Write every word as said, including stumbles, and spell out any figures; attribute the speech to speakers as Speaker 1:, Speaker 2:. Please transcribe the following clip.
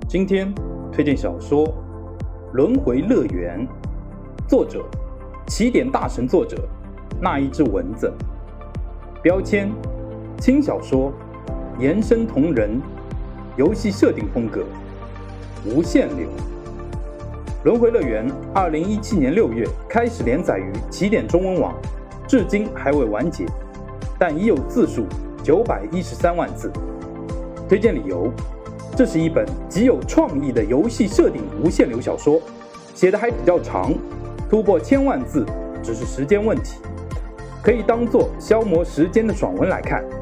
Speaker 1: 今天推荐小说《轮回乐园》，作者起点大神作者那一只蚊子，标签轻小说，延伸同人，游戏设定风格无限流。轮回乐园二零一七年六月开始连载于起点中文网，至今还未完结，但已有字数九百一十三万字。推荐理由：这是一本极有创意的游戏设定无限流小说，写的还比较长，突破千万字只是时间问题，可以当作消磨时间的爽文来看。